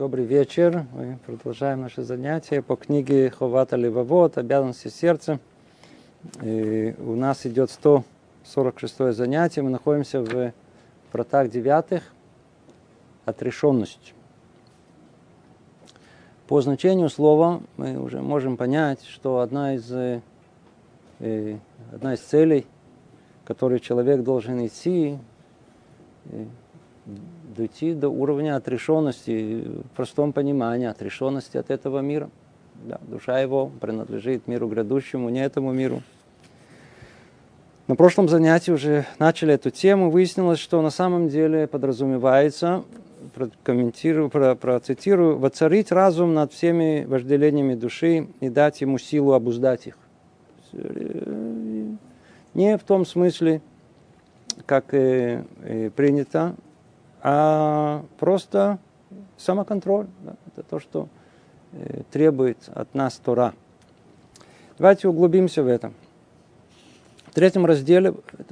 Добрый вечер. Мы продолжаем наше занятие по книге Ховат Алевавот, обязанности сердца. И у нас идет 146 занятие. Мы находимся в вратах 9, отрешенность. По значению слова мы уже можем понять, что одна из целей, которой человек должен идти, дойти до уровня отрешенности, в простом понимании, отрешенности от этого мира. Да, душа его принадлежит миру грядущему, не этому миру. На прошлом занятии уже начали эту тему. Выяснилось, что на самом деле подразумевается, процитирую, воцарить разум над всеми вожделениями души и дать ему силу обуздать их. Не в том смысле, как принято, а просто самоконтроль. Да, это то, что требует от нас Тора. Давайте углубимся в это. В 3 разделе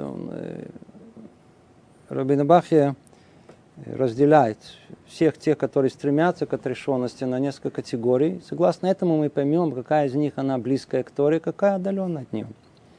Рабейну Бахья разделяет всех тех, которые стремятся к отрешенности, на несколько категорий. Согласно этому мы поймем, какая из них она близкая к Торе, какая отдаленная от нее.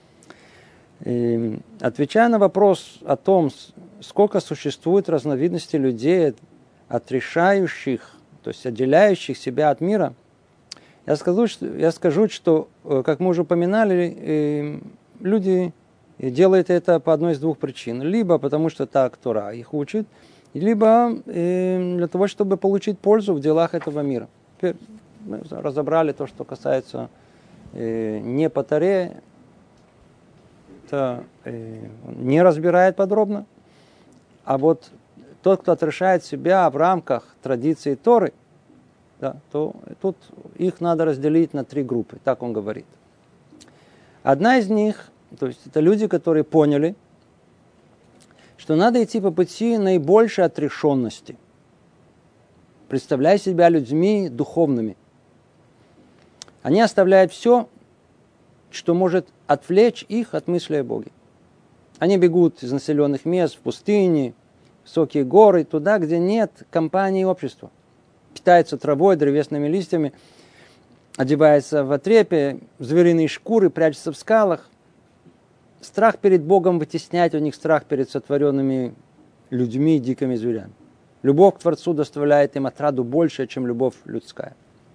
И, отвечая на вопрос о том, сколько существует разновидностей людей, отрешающих, то есть отделяющих себя от мира, я скажу, что, как мы уже упоминали, люди делают это по одной из двух причин. Либо потому, что так Тора их учит, либо для того, чтобы получить пользу в делах этого мира. Теперь мы разобрали то, что касается не по Торе, это не разбирает подробно. А вот тот, кто отрешает себя в рамках традиции Торы, да, то тут их надо разделить на 3 группы, так он говорит. Одна из них, то есть это люди, которые поняли, что надо идти по пути наибольшей отрешенности, представляя себя людьми духовными. Они оставляют все, что может отвлечь их от мысли о Боге. Они бегут из населенных мест в пустыни, высокие горы, туда, где нет компании общества. Питаются травой, древесными листьями, одеваются в отрепе, в звериные шкуры, прячутся в скалах. Страх перед Богом вытесняет у них страх перед сотворенными людьми и дикими зверями. Любовь к Творцу доставляет им отраду больше, чем любовь людская.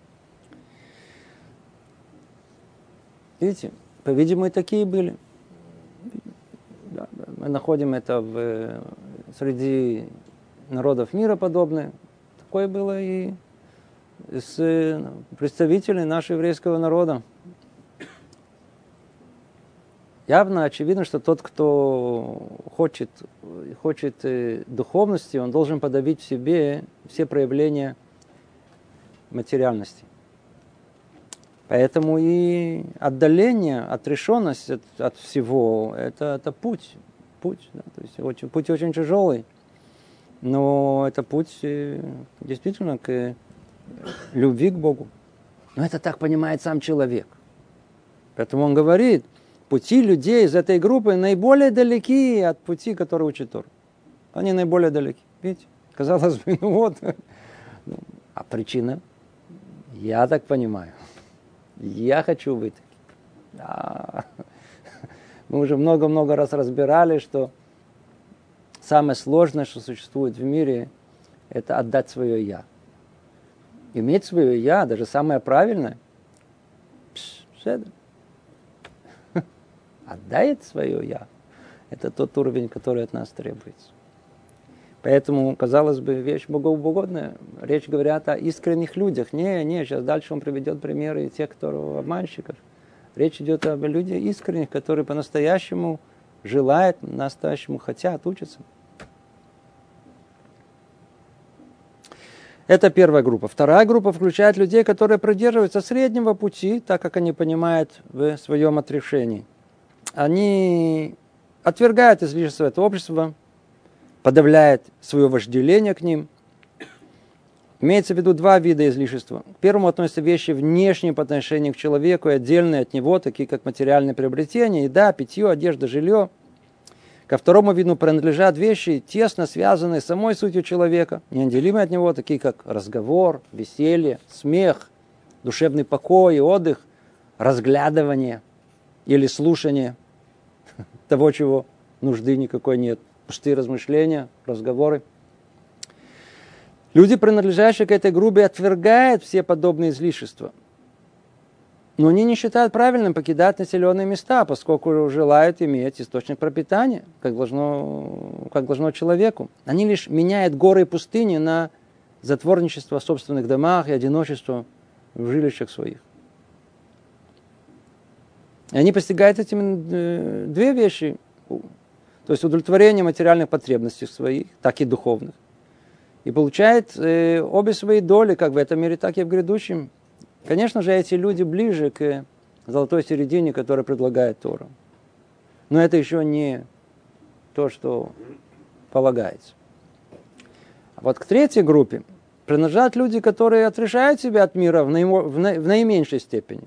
Видите, по-видимому, и такие были. Да, мы находим это среди народов мира подобное. Такое было и с представителями нашего еврейского народа. Явно, очевидно, что тот, кто хочет духовности, он должен подавить в себе все проявления материальности. Поэтому и отдаление, отрешенность от всего, это путь. Да, то есть путь очень тяжелый, но это путь действительно к любви к Богу. Но это так понимает сам человек. Поэтому он говорит, пути людей из этой группы наиболее далеки от пути, который учит Тор. Они наиболее далеки. Видите? Казалось бы, а причина? Я так понимаю. Я хочу быть таким. Мы уже много-много раз разбирали, что самое сложное, что существует в мире, это отдать свое «я». Иметь свое «я», даже самое правильное, отдает свое «я». Это тот уровень, который от нас требуется. Поэтому, казалось бы, вещь богоугодная. Речь говорят о искренних людях. Не, сейчас дальше он приведет примеры тех, кто обманщиков. Речь идет об людях искренних, которые по-настоящему желают, по-настоящему хотят учиться. Это первая группа. Вторая группа включает людей, которые придерживаются среднего пути, так как они понимают в своем отрешении. Они отвергают излишество этого общества, подавляет свое вожделение к ним. Имеется в виду 2 вида излишества. К первому относятся вещи внешние по отношению к человеку и отдельные от него, такие как материальные приобретения, еда, питье, одежда, жилье. Ко второму виду принадлежат вещи, тесно связанные с самой сутью человека, неотделимые от него, такие как разговор, веселье, смех, душевный покой и отдых, разглядывание или слушание того, чего нужды никакой нет, пустые размышления, разговоры. Люди, принадлежащие к этой группе, отвергают все подобные излишества. Но они не считают правильным покидать населенные места, поскольку желают иметь источник пропитания, как должно человеку. Они лишь меняют горы и пустыни на затворничество в собственных домах и одиночество в жилищах своих. И они постигают этим две вещи. То есть удовлетворение материальных потребностей своих, так и духовных. И получают обе свои доли, как в этом мире, так и в грядущем. Конечно же, эти люди ближе к золотой середине, которую предлагает Тора. Но это еще не то, что полагается. А вот к третьей группе принадлежат люди, которые отрешают себя от мира в наименьшей степени.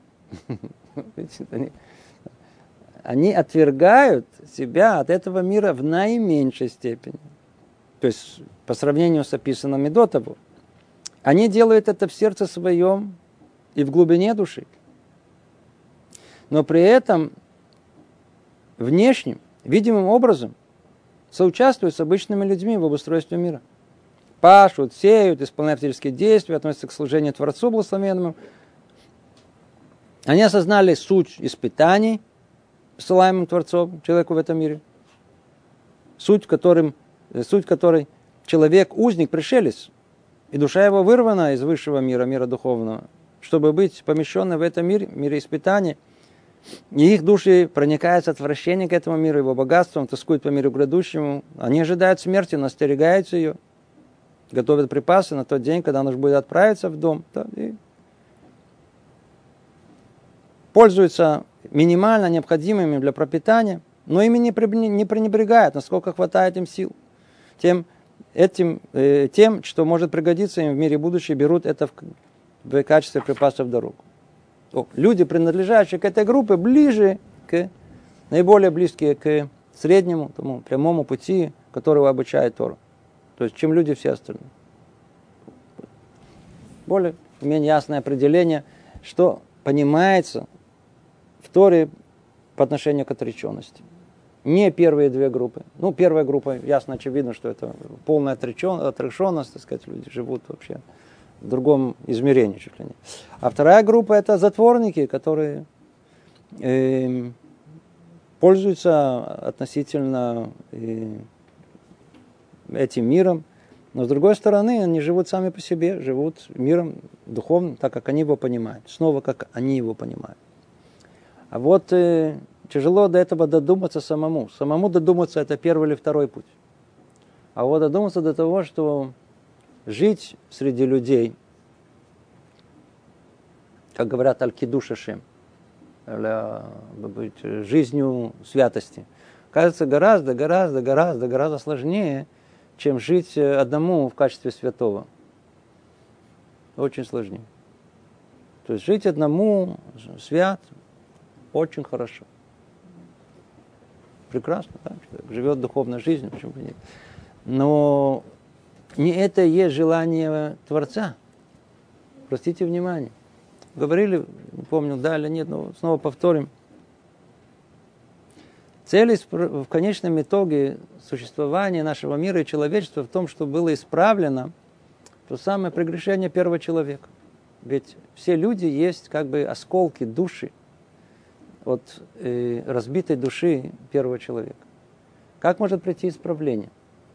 Они отвергают себя от этого мира в наименьшей степени. То есть, по сравнению с описанными до того. Они делают это в сердце своем и в глубине души. Но при этом внешним, видимым образом соучаствуют с обычными людьми в обустройстве мира. Пашут, сеют, исполняют физические действия, относятся к служению Творцу благословенному. Они осознали суть испытаний, посылаемым Творцом человеку в этом мире. Суть которой человек узник, пришелец, и душа его вырвана из высшего мира, мира духовного, чтобы быть помещенной в этом мире, мире испытаний. И их души проникают с отвращением к этому миру, его богатством, тоскуют по миру грядущему. Они ожидают смерти, но остерегаются ее, готовят припасы на тот день, когда нужно будет отправиться в дом. Да, и пользуются минимально необходимыми для пропитания, но ими не пренебрегают, насколько хватает им сил. Тем, что может пригодиться им в мире будущем, берут это в качестве припаса в дорогу. Люди, принадлежащие к этой группе, наиболее близкие к среднему, тому прямому пути, которого обучает Тора. То есть, чем люди все остальные. Более-менее ясное определение, что понимается в Торе по отношению к отреченности. Не первые две группы. Первая группа, ясно, очевидно, что это полная отрешенность, так сказать, люди живут вообще в другом измерении чуть ли не. А вторая группа – это затворники, которые пользуются относительно этим миром, но с другой стороны, они живут сами по себе, живут миром духовным, так как они его понимают. Снова, как они его понимают. А вот тяжело до этого додуматься самому. Самому додуматься – это первый или второй путь. А вот додуматься до того, что жить среди людей, как говорят, аль-кидуш Ашем, быть жизнью святости, кажется гораздо сложнее, чем жить одному в качестве святого. Очень сложнее. То есть жить одному свят очень хорошо. Прекрасно, да? Человек живет духовной жизнью, почему бы нет. Но не это и есть желание Творца. Простите внимание. Говорили, не помню, да или нет, но снова повторим. Цель в конечном итоге существования нашего мира и человечества в том, чтобы было исправлено то самое прегрешение первого человека. Ведь все люди есть как бы осколки души от разбитой души первого человека. Как может прийти исправление?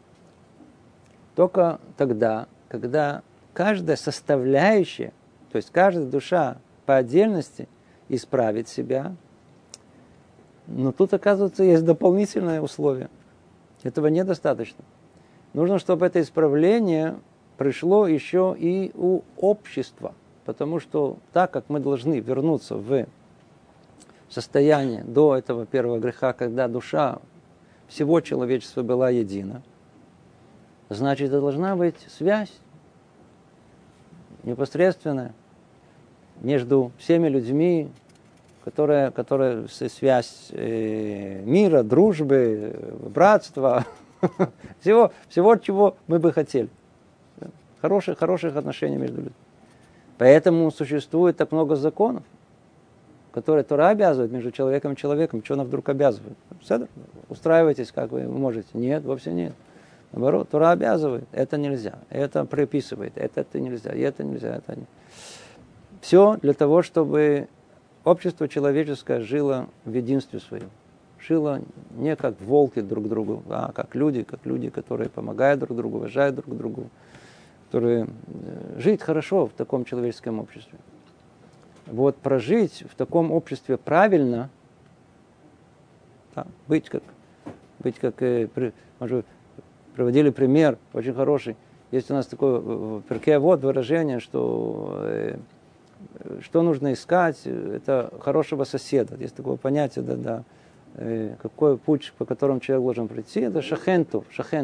Только тогда, когда каждая составляющая, то есть каждая душа по отдельности исправит себя. Но тут, оказывается, есть дополнительное условие. Этого недостаточно. Нужно, чтобы это исправление пришло еще и у общества. Потому что так как мы должны вернуться в состояние до этого первого греха, когда душа всего человечества была едина, значит, должна быть связь непосредственная между всеми людьми, которая связь мира, дружбы, братства, всего, чего мы бы хотели. Хороших отношений между людьми. Поэтому существует так много законов, которые Тора обязывает между человеком и человеком. Что она вдруг обязывает? Устраивайтесь, как вы можете. Нет, вовсе нет. Наоборот, Тора обязывает. Это нельзя. Это приписывает. Это нельзя. И это нельзя. Это не. Все для того, чтобы общество человеческое жило в единстве своем. Жило не как волки друг другу, а как люди, которые помогают друг другу, уважают друг друга, которые жить хорошо в таком человеческом обществе. Вот прожить в таком обществе правильно, да, быть как может, приводили пример очень хороший. Есть у нас такое в Перкей Авот выражение, что нужно искать, это хорошего соседа. Есть такое понятие, да. Какой путь, по которому человек должен пройти, это шахентов.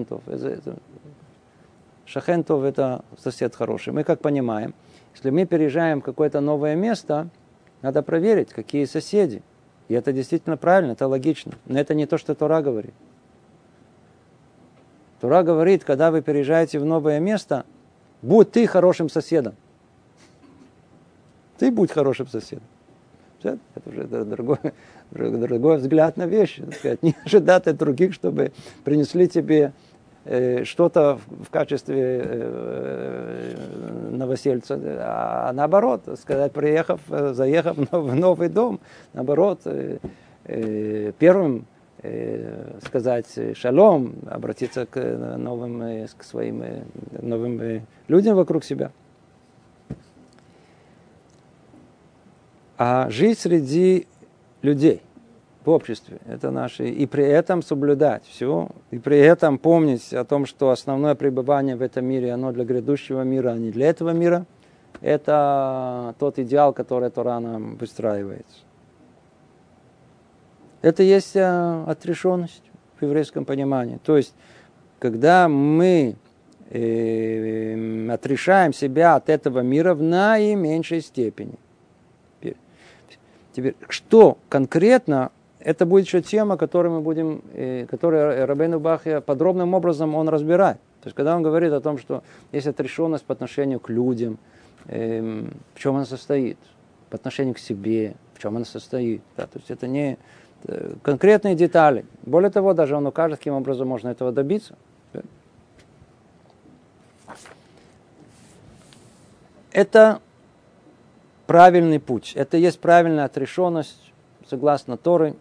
Шахентов это сосед хороший. Мы как понимаем, если мы переезжаем в какое-то новое место, надо проверить, какие соседи. И это действительно правильно, это логично. Но это не то, что Тора говорит. Тора говорит, когда вы переезжаете в новое место, будь ты хорошим соседом. Ты будь хорошим соседом. Это уже другой взгляд на вещи. Не ожидать от других, чтобы принесли тебе что-то в качестве новосельца, а наоборот, сказать, заехав в новый дом, наоборот, первым сказать шалом, обратиться к своим новым людям вокруг себя. А жить среди людей в обществе, это наше, и при этом соблюдать все, и при этом помнить о том, что основное пребывание в этом мире, оно для грядущего мира, а не для этого мира, это тот идеал, который Тора нам выстраивает. Это есть отрешенность в еврейском понимании. То есть, когда мы отрешаем себя от этого мира в наименьшей степени. Теперь, что конкретно, это будет еще тема, которую Рабейну Бахья подробным образом он разбирает. То есть, когда он говорит о том, что есть отрешенность по отношению к людям, в чем она состоит, по отношению к себе, в чем она состоит. Да, то есть, это не конкретные детали. Более того, даже он укажет, каким образом можно этого добиться. Это правильный путь. Это есть правильная отрешенность, согласно Торе,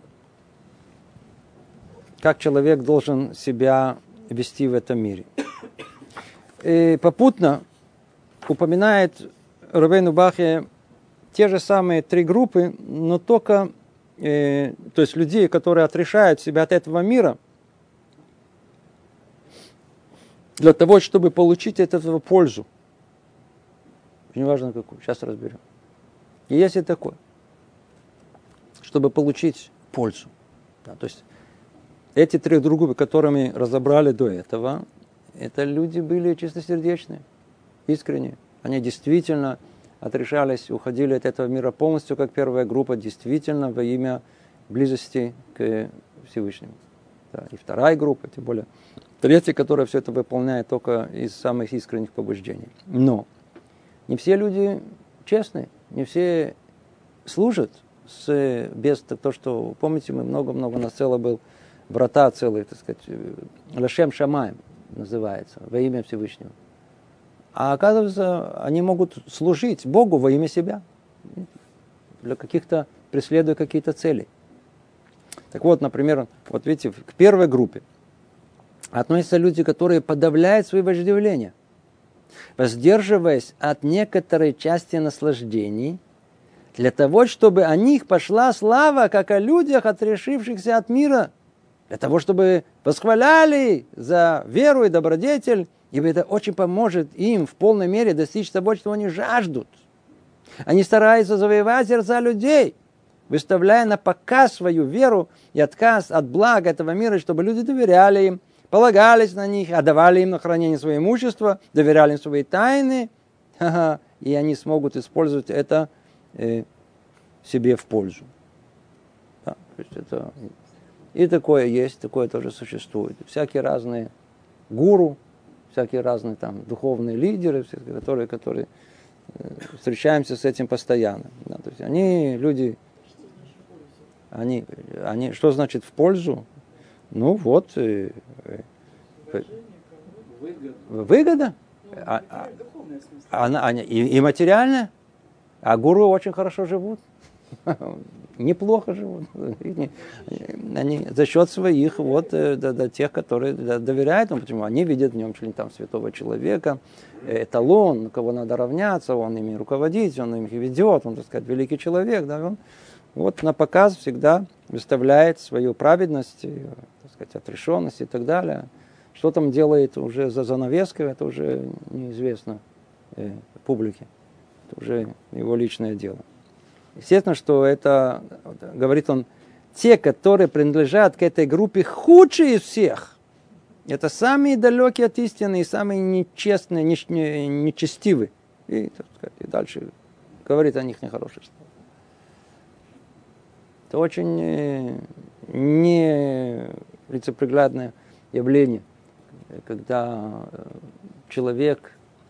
как человек должен себя вести в этом мире. И попутно упоминает Рабейну Бахья те же самые три группы, но только, то есть людей, которые отрешают себя от этого мира, для того, чтобы получить от этого пользу. Неважно какую, сейчас разберем. И есть и такое, чтобы получить пользу. Да, то есть эти три группы, которыми разобрали до этого, это люди были чистосердечные, искренние. Они действительно отрешались, уходили от этого мира полностью, как первая группа, действительно во имя близости к Всевышнему. Да, и вторая группа, тем более третья, которая все это выполняет только из самых искренних побуждений. Но не все люди честные, не все служат без того, что, помните, мы много-много, у нас целый был врата целые, так сказать, Лашем Шамаем называется, во имя Всевышнего. А оказывается, они могут служить Богу во имя себя, для каких-то, преследуя какие-то цели. Так вот, например, вот видите, к первой группе относятся люди, которые подавляют свои вожделения, воздерживаясь от некоторой части наслаждений, для того, чтобы о них пошла слава, как о людях, отрешившихся от мира, для того, чтобы восхваляли за веру и добродетель, ибо это очень поможет им в полной мере достичь того, чего они жаждут. Они стараются завоевать сердца людей, выставляя на показ свою веру и отказ от блага этого мира, чтобы люди доверяли им, полагались на них, отдавали им на хранение свое имущество, доверяли им свои тайны, и они смогут использовать это себе в пользу. это... И такое есть, такое тоже существует. Всякие разные гуру, всякие разные там духовные лидеры, которые встречаемся с этим постоянно. Да, то есть они, люди, они, что значит в пользу? Ну вот, выгода. И материальная. А гуру очень хорошо живут. Неплохо живут. Они за счет своих, тех, которые доверяют ему, почему они видят в нем там святого человека, эталон, на кого надо равняться, он ими руководит, он им ведет, он, так сказать, великий человек, да, он вот на показ всегда выставляет свою праведность, так сказать, отрешенность и так далее. Что там делает уже за занавеской, это уже неизвестно публике. Это уже его личное дело. Естественно, что это, говорит он, те, которые принадлежат к этой группе, худшие из всех. Это самые далекие от истины и самые нечестные, нечестивые. И, так сказать, и дальше говорит о них нехорошие слова. Это очень нелицеприглядное явление, когда человек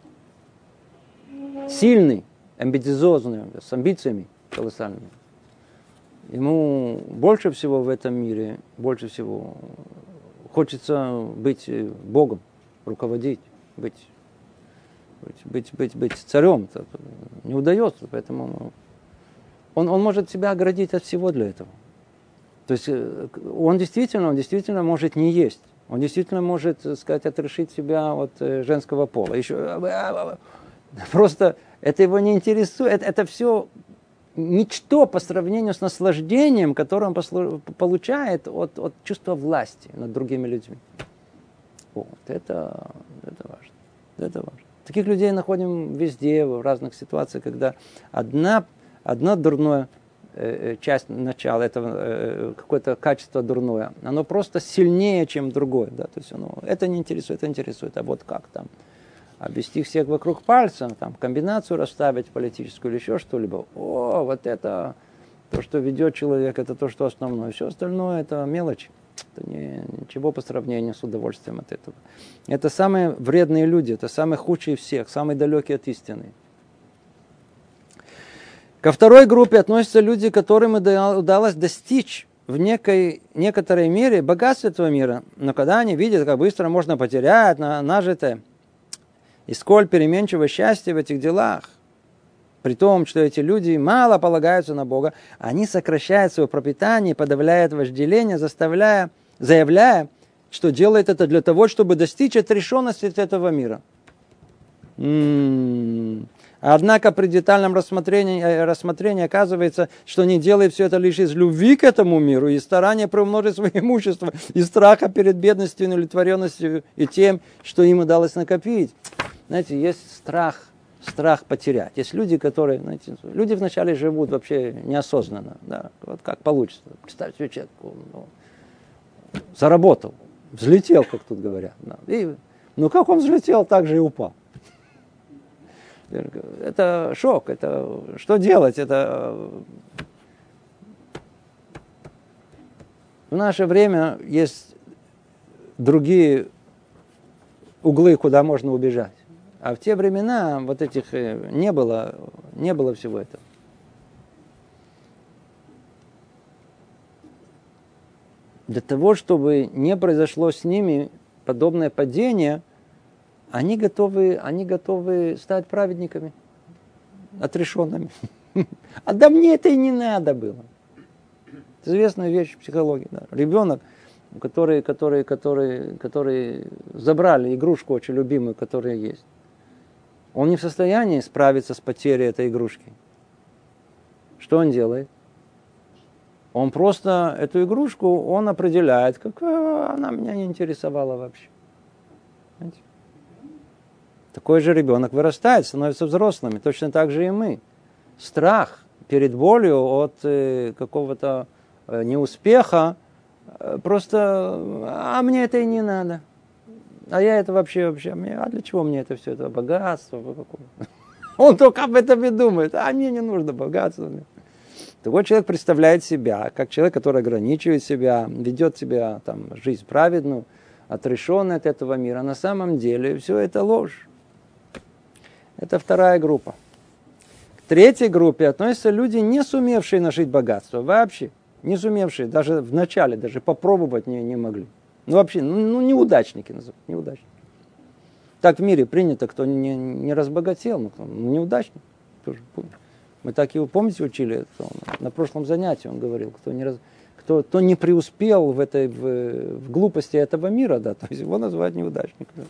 сильный, амбициозный, с амбициями колоссальными, ему больше всего в этом мире, больше всего хочется быть Богом, руководить, быть царем. Это не удается, поэтому он может себя оградить от всего для этого. То есть он действительно может не есть. Он действительно может, так сказать, отрешить себя от женского пола. Еще просто это его не интересует. Это все ничто по сравнению с наслаждением, которое он получает от чувства власти над другими людьми. Вот, это важно. Это важно. Таких людей находим везде, в разных ситуациях, когда одна дурная часть начала, это какое-то качество дурное, оно просто сильнее, чем другое. Да? То есть это не интересует, это интересует. А вот как там? Обвести всех вокруг пальца, там, комбинацию расставить политическую или еще что-либо. Вот это то, что ведет человек, это то, что основное. Все остальное это мелочи. Это ничего по сравнению с удовольствием от этого. Это самые вредные люди, это самые худшие всех, самые далекие от истины. Ко второй группе относятся люди, которым удалось достичь в некоторой мере богатства этого мира. Но когда они видят, как быстро можно потерять нажитое, и сколь переменчиво счастье в этих делах, при том, что эти люди мало полагаются на Бога, они сокращают свое пропитание, подавляют вожделение, заявляя, что делает это для того, чтобы достичь отрешенности от этого мира. Однако при детальном рассмотрении оказывается, что они делают все это лишь из любви к этому миру и старания приумножить свое имущество, и страха перед бедностью, неудовлетворенностью и тем, что им удалось накопить. Знаете, есть страх потерять. Есть люди, которые, знаете, люди вначале живут вообще неосознанно. Да, вот как получится. Представьте себе человек, заработал, взлетел, как тут говорят. Да, и, как он взлетел, так же и упал. Это шок, это что делать? Это в наше время есть другие углы, куда можно убежать. А в те времена вот этих не было всего этого. Для того, чтобы не произошло с ними подобное падение, они готовы стать праведниками, отрешенными. А да мне это и не надо было. Это известная вещь в психологии. Да. Ребенок, который забрали игрушку очень любимую, которая есть, он не в состоянии справиться с потерей этой игрушки. Что он делает? Он просто эту игрушку, он определяет, как она меня не интересовала вообще. Понимаете? Такой же ребенок вырастает, становится взрослыми. Точно так же и мы. Страх перед болью от какого-то неуспеха, просто, мне это и не надо. А я это вообще, а для чего мне это все, это богатство? Он только об этом и думает. Мне не нужно богатство. Такой человек представляет себя, как человек, который ограничивает себя, ведет себя, жизнь праведную, отрешенный от этого мира. На самом деле все это ложь. Это вторая группа. К третьей группе относятся люди, не сумевшие нажить богатство. Вообще. Не сумевшие. Даже в начале, даже попробовать не могли. Вообще, неудачники называют. Неудачники. Так в мире принято, кто не разбогател, неудачник. Мы так его, помните, учили? На прошлом занятии он говорил, кто не преуспел в глупости этого мира, да, то есть его называют неудачником.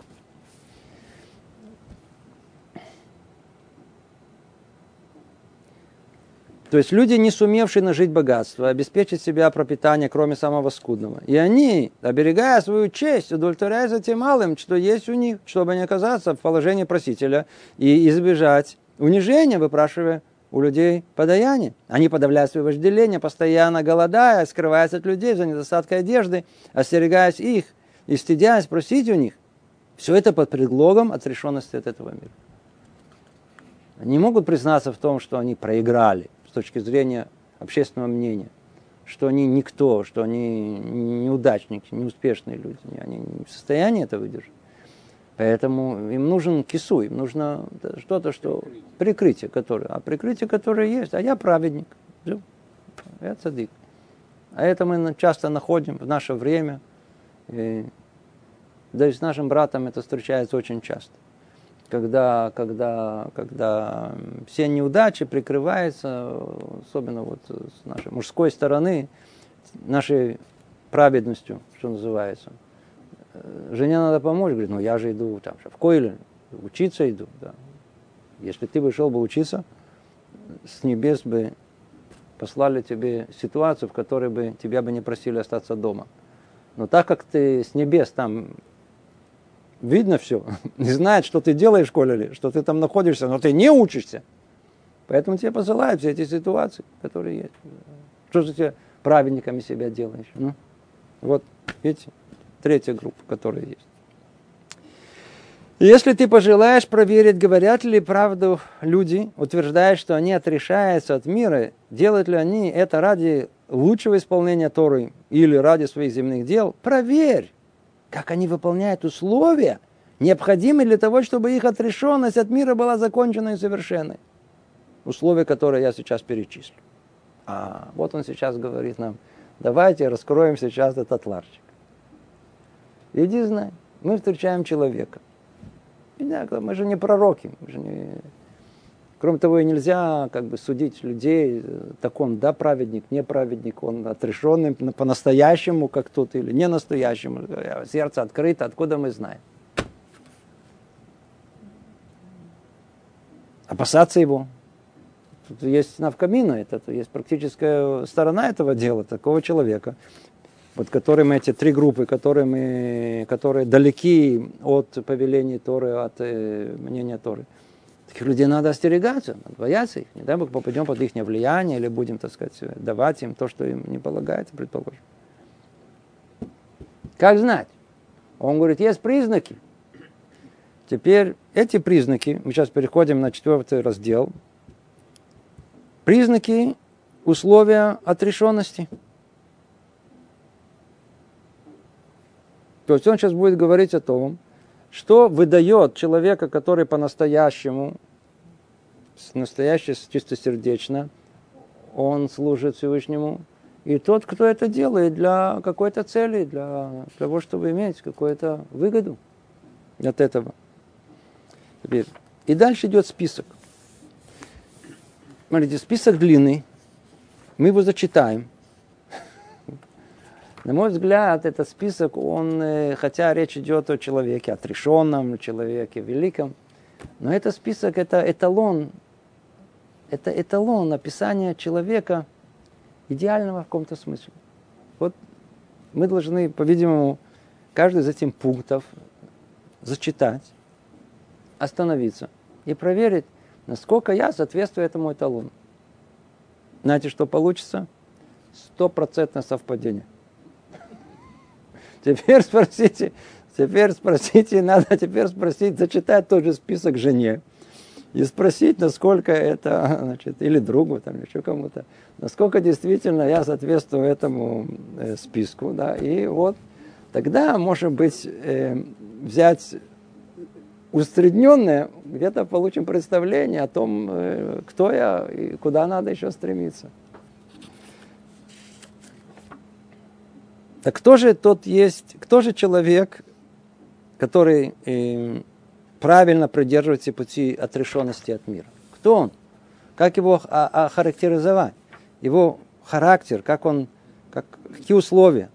То есть люди, не сумевшие нажить богатство, обеспечить себя пропитание, кроме самого скудного. И они, оберегая свою честь, удовлетворяются тем малым, что есть у них, чтобы не оказаться в положении просителя и избежать унижения, выпрашивая у людей подаяние. Они подавляют свое вожделение, постоянно голодая, скрываясь от людей за недостатком одежды, остерегаясь их и стыдясь просить у них. Все это под предлогом отрешенности от этого мира. Они не могут признаться в том, что они проиграли с точки зрения общественного мнения, что они никто, что они неудачники, неуспешные люди. Они не в состоянии это выдержать. Поэтому им нужен кису, им нужно что-то, прикрытие, которое есть. А я праведник, я цадик. А это мы часто находим в наше время. И, да и с нашим братом это встречается очень часто. Когда все неудачи прикрываются, особенно с нашей мужской стороны, нашей праведностью, что называется. Жене надо помочь, говорит, я же иду в Койле, учиться иду. Да. Если ты бы шел бы учиться, с небес бы послали тебе ситуацию, в которой бы тебя бы не просили остаться дома. Но так как ты с небес там видно все, не знает, что ты делаешь в школе, что ты там находишься, но ты не учишься. Поэтому тебе посылают все эти ситуации, которые есть. Что же ты праведниками себя делаешь? Видите, третья группа, которая есть. Если ты пожелаешь проверить, говорят ли правду люди, утверждая, что они отрешаются от мира, делают ли они это ради лучшего исполнения Торы или ради своих земных дел, проверь, как они выполняют условия, необходимые для того, чтобы их отрешенность от мира была закончена и совершенной. Условия, которые я сейчас перечислю. Вот он сейчас говорит нам, давайте раскроем сейчас этот ларчик. Иди знай, мы встречаем человека. Мы же не пророки. Кроме того, и нельзя судить людей, так он, праведник, не праведник, он отрешенный по-настоящему, как тут, или не настоящему. Сердце открыто, откуда мы знаем? Опасаться его. Тут есть навкамина, это есть практическая сторона этого дела, такого человека, которые мы, эти три группы, которые далеки от повеления Торы, от мнения Торы. Таких людей надо остерегаться, надо бояться их. Не дай Бог попадем под их влияние или будем, давать им то, что им не полагается, предположим. Как знать? Он говорит, есть признаки. Теперь эти признаки, мы сейчас переходим на 4 раздел. Признаки, условия отрешенности. То есть он сейчас будет говорить о том, что выдает человека, который по-настоящему, чистосердечно, он служит Всевышнему. И тот, кто это делает для какой-то цели, для того, чтобы иметь какую-то выгоду от этого. И дальше идет список. Смотрите, список длинный. Мы его зачитаем. На мой взгляд, этот список, хотя речь идет о человеке отрешенном, человеке великом, но этот список, это эталон описания человека идеального в каком-то смысле. Мы должны, по-видимому, каждый из этих пунктов зачитать, остановиться и проверить, насколько я соответствую этому эталону. Знаете, что получится? 100% совпадение. Теперь спросите, надо спросить, зачитать тот же список жене. и спросить, насколько это, значит, или другу, там, еще кому-то, насколько действительно я соответствую этому списку, да, и вот тогда, может быть, взять усредненное, где-то получим представление о том, кто я и куда надо еще стремиться. Так кто же тот есть, кто же человек, который правильно придерживается пути отрешенности от мира? Кто он? Как его охарактеризовать? Его характер, какие условия?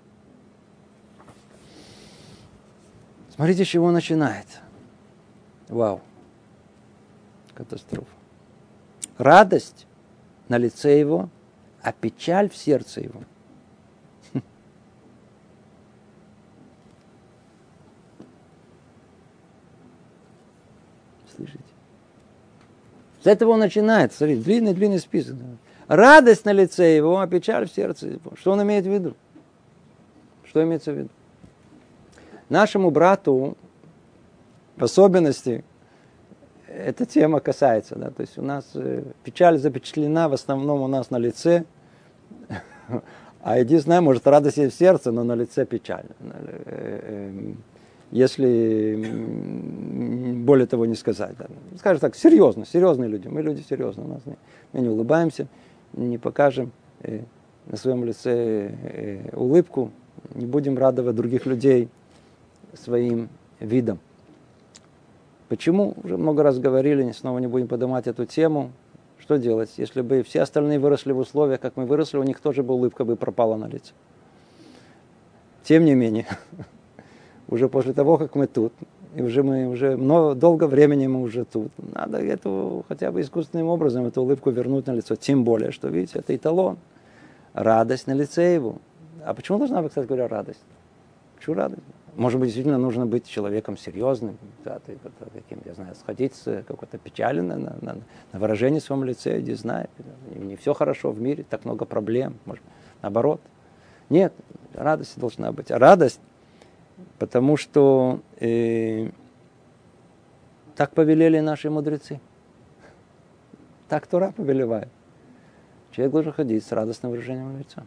Смотрите, с чего он начинает. Вау. Катастрофа. Радость на лице его, а печаль в сердце его. Слышите? С этого он начинает. Смотрите, длинный список. Радость на лице его, а печаль в сердце его. Что он имеет в виду? Что имеется в виду? Нашему брату, в особенности, эта тема касается. Да? То есть у нас печаль запечатлена в основном у нас на лице. А единственное, может, радость есть в сердце, но на лице печаль. Если более того не сказать. Да. Скажем так, серьезные люди. Мы люди серьезные. Мы не улыбаемся, не покажем на своем лице улыбку, не будем радовать других людей своим видом. Почему? Уже много раз говорили, снова не будем поднимать эту тему. Что делать? Если бы все остальные выросли в условиях, как мы выросли, у них тоже бы улыбка бы пропала на лице. Тем не менее, уже после того, как мы тут, и долго времени мы уже тут, надо эту хотя бы искусственным образом эту улыбку вернуть на лицо. Тем более, что, видите, это эталон. Радость на лице его. А почему должна быть, кстати говоря, радость? Почему радость? Может быть, действительно нужно быть человеком серьезным, да, каким, я знаю, сходить с какой-то печали на выражение в своем лице, не знаю. Не все хорошо в мире, так много проблем. Может, наоборот. Нет, радость должна быть. А радость, потому что так повелели наши мудрецы. Так Тора повелевает. Человек должен ходить с радостным выражением лица.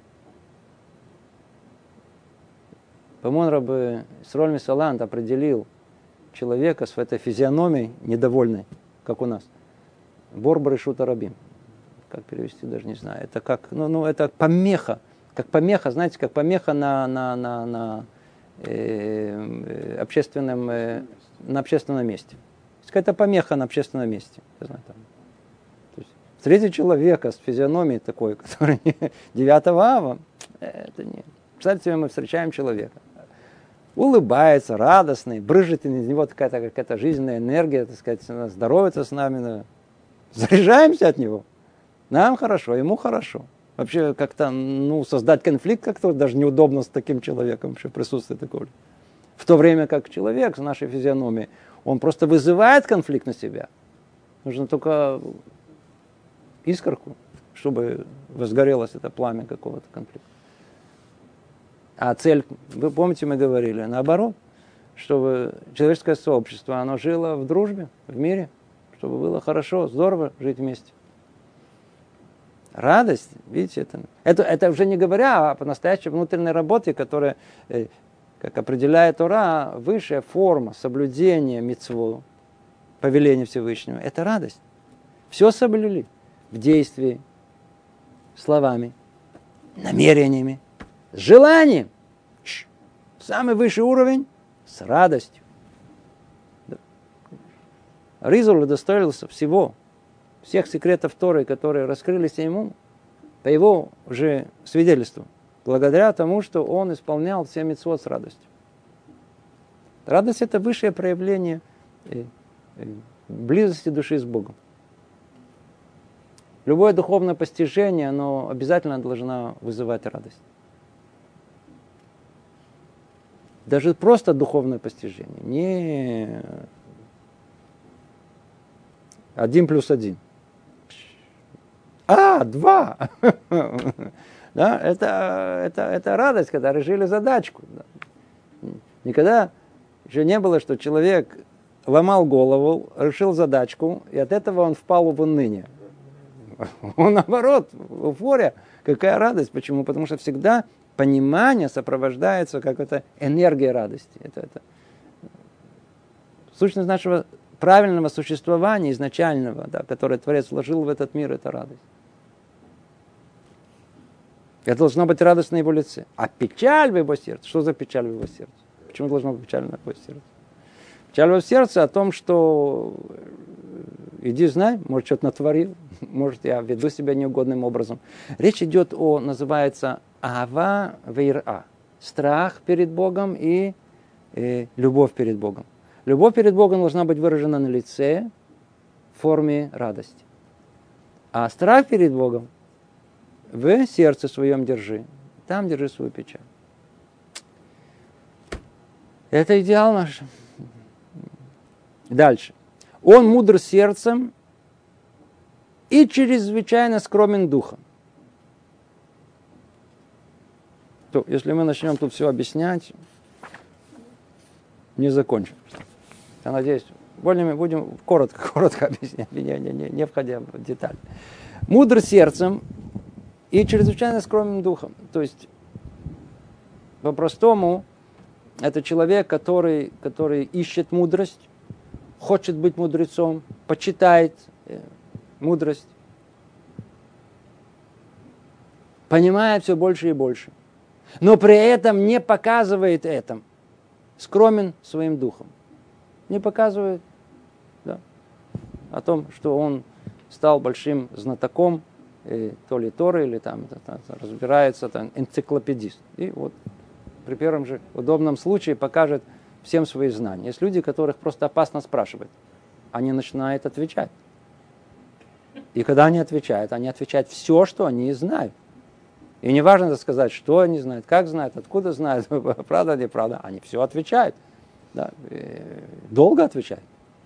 По-моему, Рабби Исроэль Мисалант определил человека с этой физиономией недовольной, как у нас. Бор баришут арабим. Как перевести, даже не знаю. Это как, это помеха. Как помеха, знаете, как помеха на общественном месте. Какая-то помеха на общественном месте. Я знаю, там. То есть, встретить человека с физиономией такой, который 9 ава, это не. Представьте себе, мы встречаем человека. Улыбается, радостный, брызжет из него какая-то жизненная энергия, так сказать, здоровается с нами. Заряжаемся от него. Нам хорошо, ему хорошо. Вообще как-то, создать конфликт как-то даже неудобно с таким человеком, вообще присутствие такого. В то время как человек с нашей физиономией, он просто вызывает конфликт на себя. Нужно только искорку, чтобы возгорелось это пламя какого-то конфликта. А цель, вы помните, мы говорили, наоборот, чтобы человеческое сообщество, оно жило в дружбе, в мире, чтобы было хорошо, здорово жить вместе. Радость, видите, это уже не говоря о по-настоящей внутренней работе, которая, как определяет Тора, высшая форма соблюдения мицвот, повеления Всевышнего, это радость. Все соблюли в действии, словами, намерениями, с желанием. Самый высший уровень с радостью. Ризуль удостоился всех секретов Торы, которые раскрылись ему, по его же свидетельству, благодаря тому, что он исполнял все мицвот с радостью. Радость – это высшее проявление близости души с Богом. Любое духовное постижение, оно обязательно должно вызывать радость. Даже просто духовное постижение. Не 1 + 1. 2. Да, это радость, когда решили задачку. Никогда еще не было, что человек ломал голову, решил задачку, и от этого он впал в уныние. Он наоборот, эйфория. Какая радость. Почему? Потому что всегда понимание сопровождается какой-то энергией радости. Это сущность нашего правильного существования изначального, да, которое Творец вложил в этот мир, это радость. Это должно быть радость на его лице. А печаль в его сердце, что за печаль в его сердце? Почему должно быть печаль на его сердце? Печаль в его сердце о том, что иди знай, может, что-то натворил, может, я веду себя неугодным образом. Речь идет о, называется, ава вейра. Страх перед Богом и любовь перед Богом. Любовь перед Богом должна быть выражена на лице в форме радости. А страх перед Богом в сердце своем держи. Там держи свою печаль. Это идеал наш. Дальше. Он мудр сердцем и чрезвычайно скромен духом. То, если мы начнем тут все объяснять, не закончим. Я надеюсь, более будем коротко объяснять, не входя в детали. Мудр сердцем и чрезвычайно скромным духом. То есть, по-простому, это человек, который ищет мудрость, хочет быть мудрецом, почитает мудрость, понимает все больше и больше, но при этом не показывает это, скромен своим духом. Не показывает, да, о том, что он стал большим знатоком, то ли Торы, или там разбирается, там, энциклопедист. И вот при первом же удобном случае покажет всем свои знания. Есть люди, которых просто опасно спрашивать. Они начинают отвечать. И когда они отвечают все, что они знают. И не важно сказать, что они знают, как знают, откуда знают, правда, неправда. Они все отвечают. Да, долго отвечают.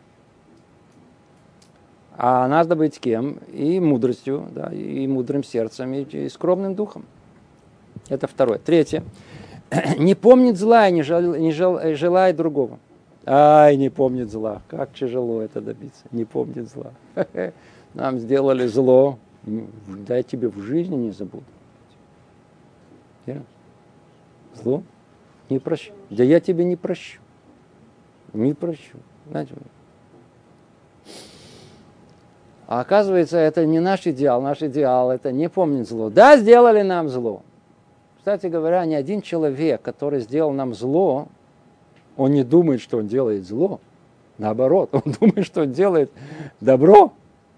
А надо быть кем? И мудростью, да, и мудрым сердцем, и скромным духом. Это второе. Третье. Не помнит зла и не желает другого. Ай, не помнит зла. Как тяжело это добиться. Не помнит зла. Нам сделали зло. Да я тебе в жизни не забуду. Зло не прощу. Да я тебе не прощу. Не прощу. Знаете, а оказывается, это не наш идеал. Наш идеал – это не помнить зло. Да, сделали нам зло. Кстати говоря, ни один человек, который сделал нам зло, он не думает, что он делает зло. Наоборот, он думает, что он делает добро.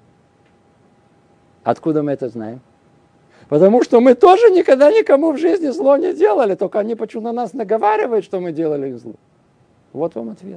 Откуда мы это знаем? Потому что мы тоже никогда никому в жизни зло не делали, только они почему-то на нас наговаривают, что мы делали им зло. Вот вам ответ.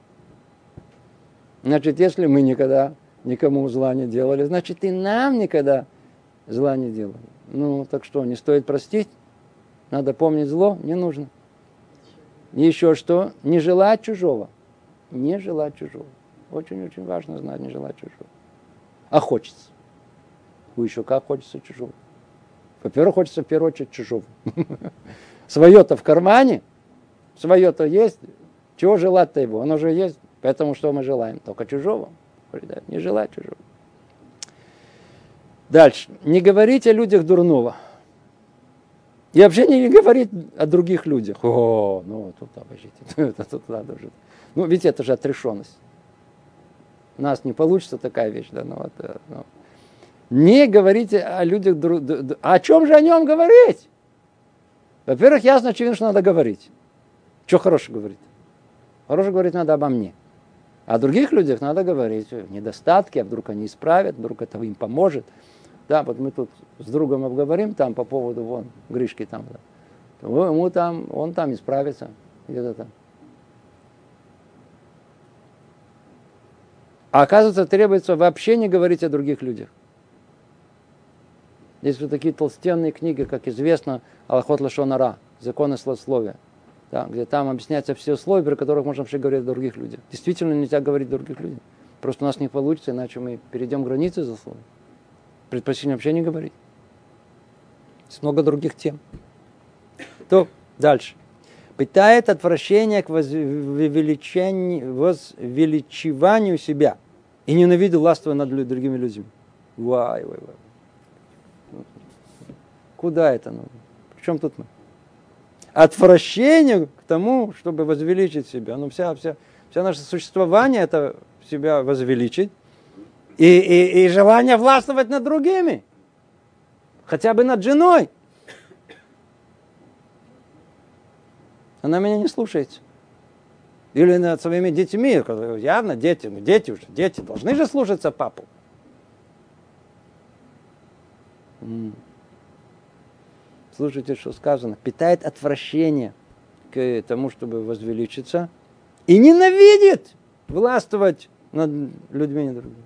Значит, если мы никогда никому зла не делали, значит, и нам никогда зла не делали. Ну, так что, не стоит простить? Надо помнить зло? Не нужно. Еще что? Не желать чужого. Не желать чужого. Очень-очень важно знать, не желать чужого. А хочется. Еще как хочется чужого. Во-первых, хочется в первую очередь чужого. Свое-то в кармане, свое-то есть. Чего желать-то его? Оно же есть. Поэтому что мы желаем? Только чужого. Не желать чужого. Дальше. Не говорить о людях дурного. И вообще не говорить о других людях. О, ну тут обождите. Тут надо уже. Ну, ведь это же отрешенность. У нас не получится такая вещь, да, Не говорите о людях. О чем же о нем говорить? Во-первых, ясно, очевидно, что надо говорить. Что хорошего говорить? Хорошего говорить надо обо мне. А о других людях надо говорить недостатки, а вдруг они исправят, вдруг это им поможет. Да, вот мы тут с другом обговорим там по поводу вон Гришки там. Да. Ему там, он там исправится. Где-то там. А оказывается, требуется вообще не говорить о других людях. Есть вот такие толстенные книги, как известно, Алахот лашон ара, законы злословия. Да, где там объясняются все условия, при которых можно вообще говорить о других людях. Действительно нельзя говорить о других людях. Просто у нас не получится, иначе мы перейдем границы злословия. Предпочтение вообще не говорить. Есть много других тем. То дальше. питает отвращение к возвеличиванию себя и ненавидит властвовать над другими людьми. Вай. Куда это нужно? В чем тут мы? Отвращение к тому, чтобы возвеличить себя. Ну, вся наше существование это себя возвеличить. И желание властвовать над другими. Хотя бы над женой. Она меня не слушается. Или над своими детьми. Явно дети должны же слушаться папу. Слушайте, что сказано. Питает отвращение к тому, чтобы возвеличиться. И ненавидит властвовать над людьми и другими.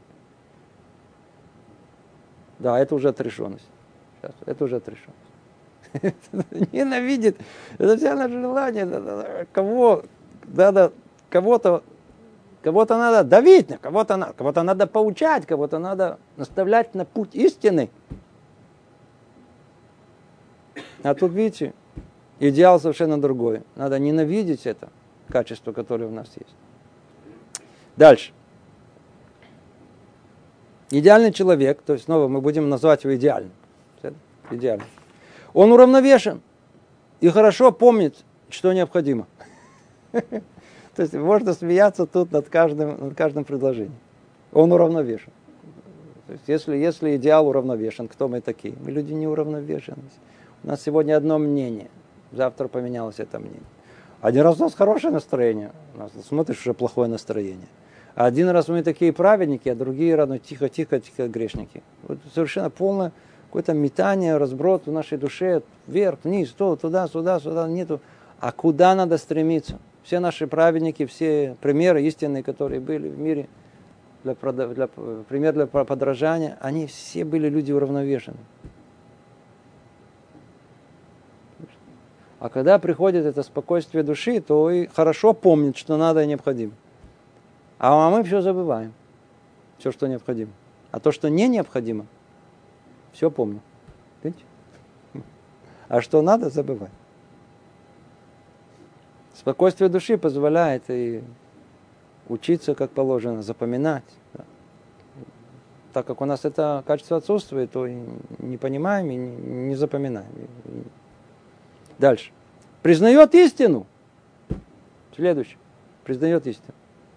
Да, это уже отрешенность. Это уже отрешенность. Ненавидит. Это все наше желание. Кого-то надо давить, кого-то надо поучать, кого-то надо наставлять на путь истины. А тут, видите, идеал совершенно другой. Надо ненавидеть это качество, которое у нас есть. Дальше. Идеальный человек, то есть снова мы будем называть его идеальным. Идеальным. Он уравновешен и хорошо помнит, что необходимо. То есть можно смеяться тут над каждым предложением. Он уравновешен. То есть если идеал уравновешен, кто мы такие? Мы люди неуравновешенные. У нас сегодня одно мнение, завтра поменялось это мнение. Один раз у нас хорошее настроение, у нас смотришь, уже плохое настроение. А один раз мы такие праведники, а другие раз тихо грешники. Вот совершенно полное какое-то метание, разброд в нашей душе, вверх, вниз, туда, сюда, нету. А куда надо стремиться? Все наши праведники, все примеры истинные, которые были в мире, пример для подражания, они все были люди уравновешенные. А когда приходит это спокойствие души, то и хорошо помнит, что надо и необходимо. А мы все забываем. Все, что необходимо. А то, что не необходимо, все помню. Видите? А что надо, забываем. Спокойствие души позволяет и учиться, как положено, запоминать. Да. Так как у нас это качество отсутствует, то и не понимаем и не запоминаем. Дальше. Признает истину. Следующее. Признает истину.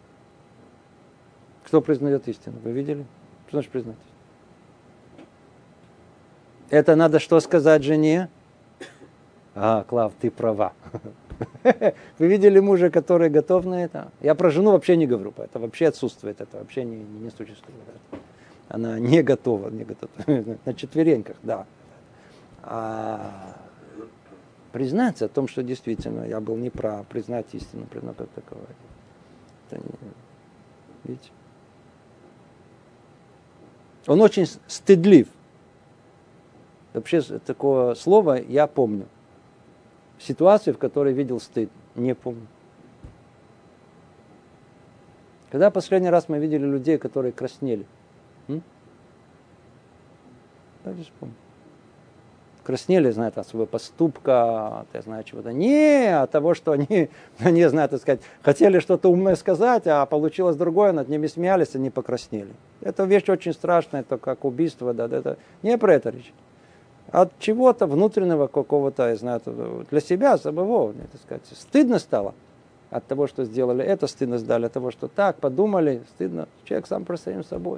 Кто признает истину? Вы видели? Что значит признать истину? Это надо что сказать жене? Клав, ты права. Вы видели мужа, который готов на это? Я про жену вообще не говорю. Это вообще отсутствует. Это вообще не существует. Она не готова. На четвереньках, да. Признаться о том, что действительно я был неправ, признать истину, признать как таковое. Видите? Он очень стыдлив. Вообще такого слова я помню. Ситуации, в которой видел стыд, не помню. Когда последний раз мы видели людей, которые краснели? Даже вспомню. Краснели, знают, от своего поступка, чего-то. Не от того, что они, не знаю, так сказать, хотели что-то умное сказать, а получилось другое, над ними смеялись, они покраснели. Это вещь очень страшная, это как убийство, да, это не про это речь. От чего-то внутреннего какого-то, я знаю, для себя самого, так сказать, стыдно стало от того, что сделали это, стыдно сдали от того, что так, подумали, стыдно. Человек сам про самим собой.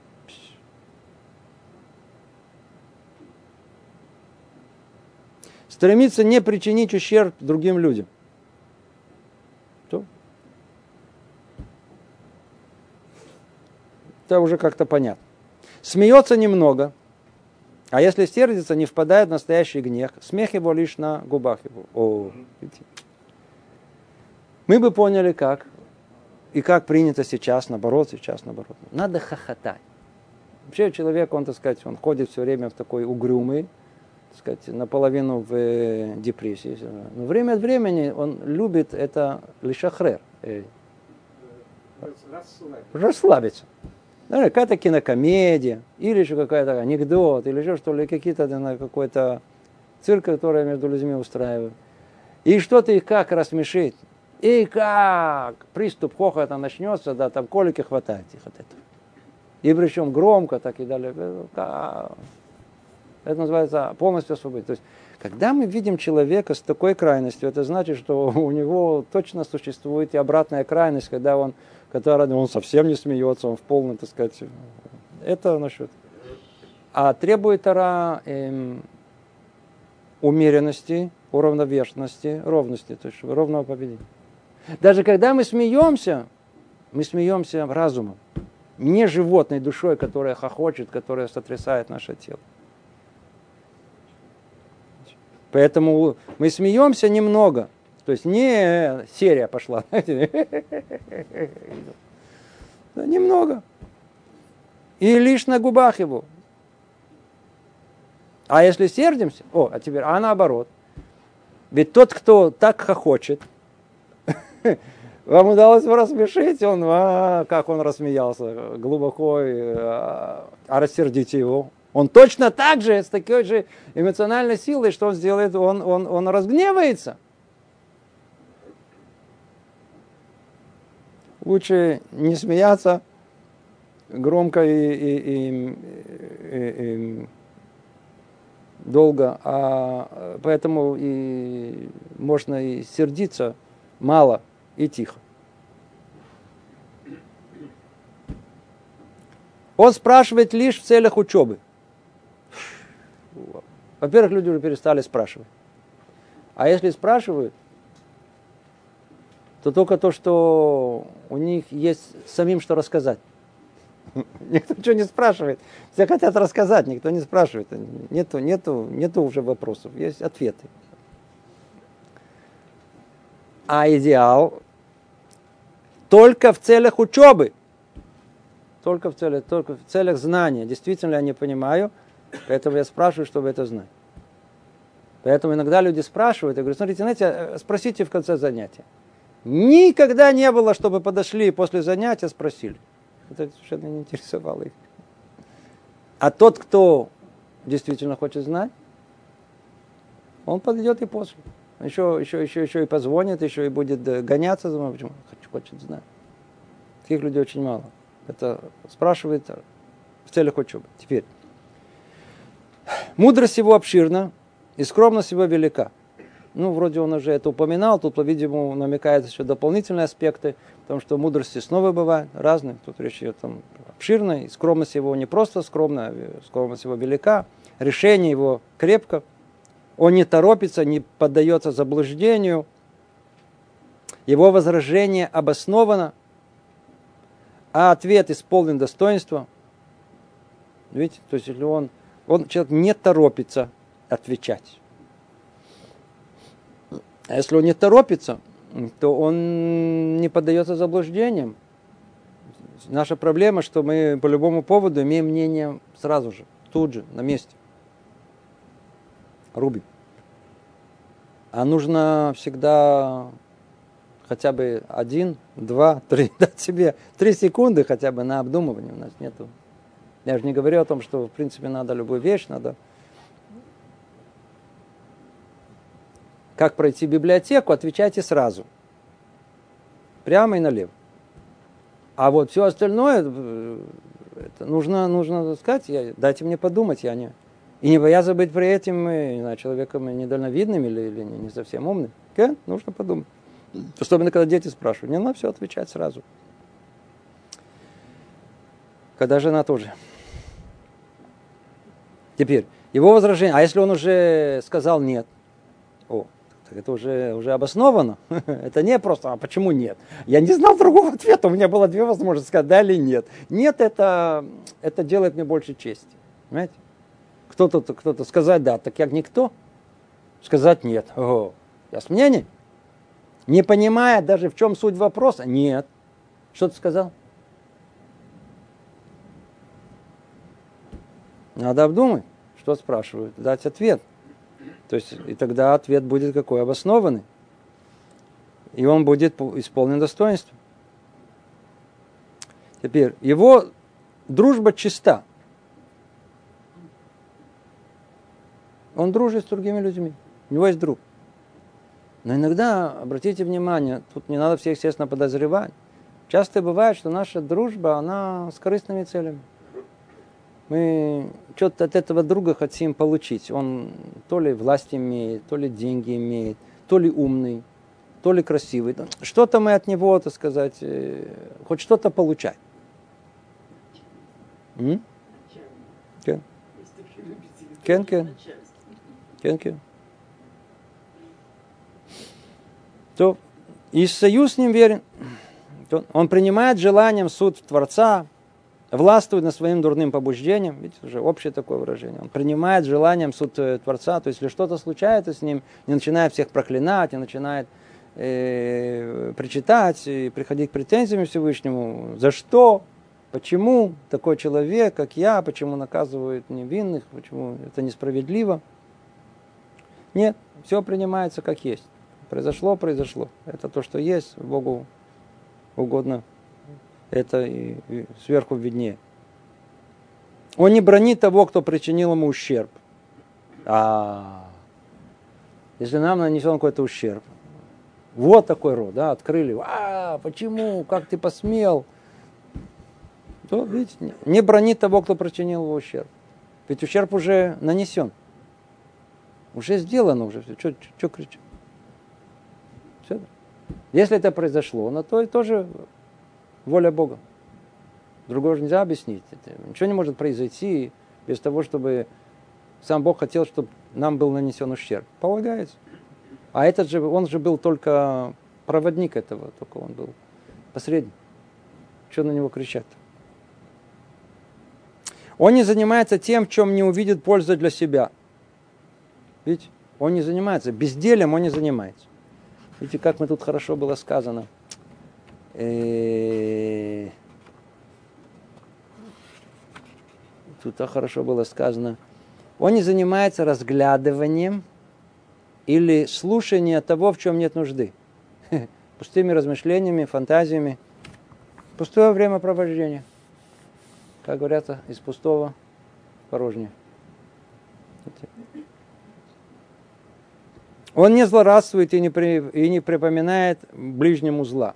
Стремиться не причинить ущерб другим людям. Что? Это уже как-то понятно. Смеется немного, а если сердится, не впадает в настоящий гнев. Смех его лишь на губах его. Видите? Мы бы поняли, как. И как принято сейчас, наоборот. Надо хохотать. Вообще человек, он, так сказать, он ходит все время в такой угрюмый, так сказать, наполовину в депрессии. Но время от времени он любит это лишахрер. Расслабиться. Какая-то кинокомедия, или еще какая-то анекдот, или еще что-то, или какие-то какой-то цирк, который между людьми устраивают. И что-то их как рассмешит. И как приступ хохота начнется, да, там колики хватает их от этого. И причем громко так и далее. Это называется полностью освободить. То есть, когда мы видим человека с такой крайностью, это значит, что у него точно существует и обратная крайность, когда он совсем не смеется, он в полном, так сказать, это насчет. А требует Тора умеренности, уравновешенности, ровности, то есть ровного поведения. Даже когда мы смеемся разумом, не животной душой, которая хохочет, которая сотрясает наше тело. Поэтому мы смеемся немного. То есть не серия пошла. Немного. И лишь на губах его. А если сердимся, а наоборот. Ведь тот, кто так хохочет, вам удалось его рассмешить, как он рассмеялся глубоко, а рассердите его. Он точно так же, с такой же эмоциональной силой, что он сделает, он разгневается. Лучше не смеяться громко и долго, а поэтому и можно и сердиться мало и тихо. Он спрашивает лишь в целях учебы. Во-первых, люди уже перестали спрашивать. А если спрашивают, то только то, что у них есть самим что рассказать. Никто ничего не спрашивает. Все хотят рассказать, никто не спрашивает. Нету уже вопросов, есть ответы. А идеал только в целях учебы. Только в целях знания. Действительно, я не понимаю, поэтому я спрашиваю, чтобы это знать. Поэтому иногда люди спрашивают, я говорю, знаете, спросите в конце занятия. Никогда не было, чтобы подошли и после занятия спросили. Это совершенно не интересовало их. А тот, кто действительно хочет знать, он подойдет и после. Еще и позвонит, еще и будет гоняться за мной. Почему? Хочет знать. Таких людей очень мало. Это спрашивает в целях учебы. Теперь. Мудрость его обширна, и скромность его велика. Вроде он уже это упоминал, тут, по-видимому, намекает еще дополнительные аспекты, потому что мудрости снова бывают разные. Тут речь идет о обширной, и скромность его не просто скромная, скромность его велика, решение его крепко, он не торопится, не поддается заблуждению, его возражение обосновано, а ответ исполнен достоинства. Видите, то есть если человек не торопится отвечать. А если он не торопится, то он не поддается заблуждениям. Наша проблема, что мы по любому поводу имеем мнение сразу же, тут же, на месте. Рубим. А нужно всегда хотя бы 1, 2, 3, дать себе 3 секунды хотя бы на обдумывание. У нас нету. Я же не говорю о том, что в принципе надо любую вещь, надо. Как пройти библиотеку, отвечайте сразу. Прямо и налево. А вот все остальное, это нужно сказать, дайте мне подумать, я не... И не бояться быть при этом человеком недальновидным или не совсем умным. Нужно подумать. Особенно, когда дети спрашивают. Не надо все отвечать сразу. Когда жена тоже. Теперь, его возражение. А если он уже сказал нет? Это уже обосновано. Это не просто, а почему нет? Я не знал другого ответа, у меня было 2 возможности сказать да или нет. Нет, это делает мне больше чести. Понимаете? Кто-то сказать да, так как никто. Сказать нет. Ясно мнение? Не понимая даже в чем суть вопроса. Нет. Что ты сказал? Надо обдумать, что спрашивают, дать ответ. То есть, и тогда ответ будет какой? Обоснованный. И он будет исполнен достоинством. Теперь, его дружба чиста. Он дружит с другими людьми. У него есть друг. Но иногда, обратите внимание, тут не надо всех, естественно, подозревать. Часто бывает, что наша дружба, она с корыстными целями. Мы что-то от этого друга хотим получить. Он то ли власть имеет, то ли деньги имеет, то ли умный, то ли красивый. Что-то мы от него, так сказать, хоть что-то получать. Кен? Кен. То и союз с ним верен. Он принимает желанием суд Творца, властвует над своим дурным побуждением. Видите, уже общее такое выражение. Он принимает желанием суд Творца. То есть, если что-то случается с ним, не начинает всех проклинать, не начинает причитать и приходить к претензиям Всевышнему. За что? Почему такой человек, как я, почему наказывают невинных, почему это несправедливо? Нет, все принимается как есть. Произошло. Это то, что есть, Богу угодно. Это и сверху виднее. Он не бранит того, кто причинил ему ущерб. Если нам нанесен какой-то ущерб, вот такой род, да, открыли. Почему? Как ты посмел? То, видите, не бранит того, кто причинил его ущерб. Ведь ущерб уже нанесен. Уже сделано уже. Что кричать? Все. Если это произошло, на то и тоже воля Бога. Другого же нельзя объяснить. Ничего не может произойти без того, чтобы сам Бог хотел, чтобы нам был нанесен ущерб. Полагается. А этот же, он же был только проводник этого, только он был посредник. Что на него кричать? Он не занимается тем, в чем не увидит пользы для себя. Видите? Он не занимается. Бездельем он не занимается. Видите, как мы тут хорошо было сказано. Тут так хорошо было сказано. Он не занимается разглядыванием или слушанием того, в чем нет нужды. Пустыми размышлениями, фантазиями. Пустое времяпровождение. Как говорят, из пустого порожнее. Он не злорадствует и не припоминает ближнему зла.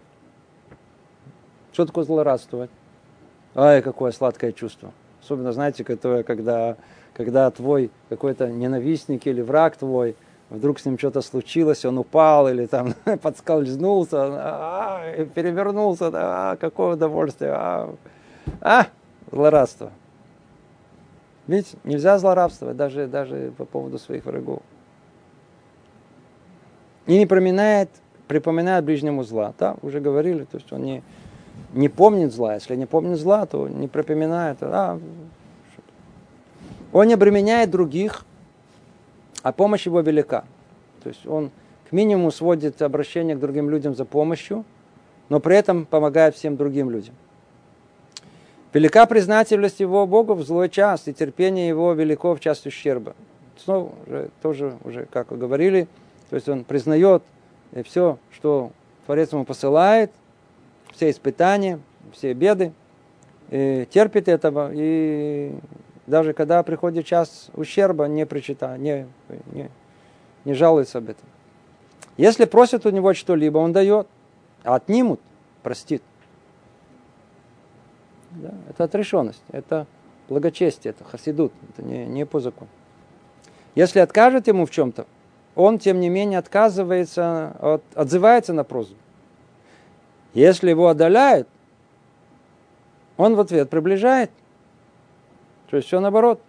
Что такое злорадствовать? Какое сладкое чувство. Особенно, знаете, когда твой какой-то ненавистник или враг твой, вдруг с ним что-то случилось, он упал или там подскользнулся, перевернулся, какое удовольствие. Злорадство. Видите, нельзя злорадствовать даже по поводу своих врагов. И не припоминает ближнему зла. Да, уже говорили, то есть он не помнит зла. Если не помнит зла, то не припоминает. Он не обременяет других, а помощь его велика. То есть он к минимуму сводит обращение к другим людям за помощью, но при этом помогает всем другим людям. Велика признательность его Богу в злой час, и терпение его велико в час ущерба. Снова тоже, как вы говорили, то есть он признает все, что Творец ему посылает, все испытания, все беды, терпит этого, и даже когда приходит час ущерба, не причитает, не жалуется об этом. Если просят у него что-либо, он дает, а отнимут, простит. Да, это отрешенность, это благочестие, это хасидут, это не по закону. Если откажет ему в чем-то, он, тем не менее, отзывается на просьбу. Если его отдаляют, он в ответ приближает. То есть все наоборот.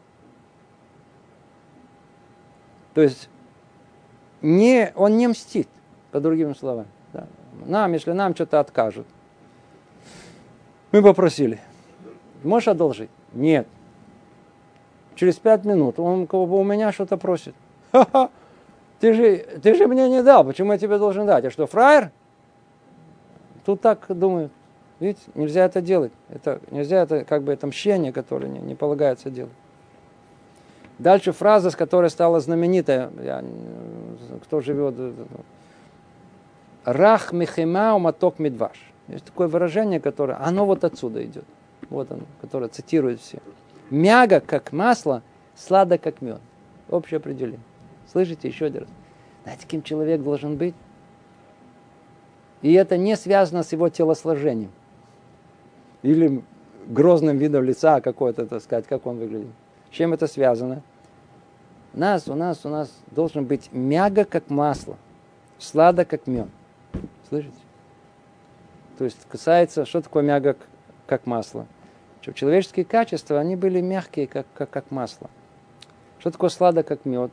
То есть он не мстит, по другим словам. Да. Если нам что-то откажут, мы попросили. Можешь одолжить? Нет. Через 5 минут он у меня что-то просит. Ха-ха. Ты же мне не дал, почему я тебе должен дать? Я что, фраер? Тут так думают. Видите, нельзя это делать. Это мщение, которое не полагается делать. Дальше фраза, с которой стала знаменитой. Кто живет? Рах михема уматок медваш. Есть такое выражение, которое, оно вот отсюда идет. Вот оно, которое цитирует все. Мягко, как масло, сладко, как мед. Общее определение. Слышите, еще один раз. Знаете, кем человек должен быть? И это не связано с его телосложением. Или грозным видом лица какой-то, так сказать, как он выглядит. С чем это связано? У нас должен быть мягко, как масло, сладко, как мед. Слышите? То есть касается, что такое мягко, как масло? Что человеческие качества, они были мягкие, как масло. Что такое сладко, как мед?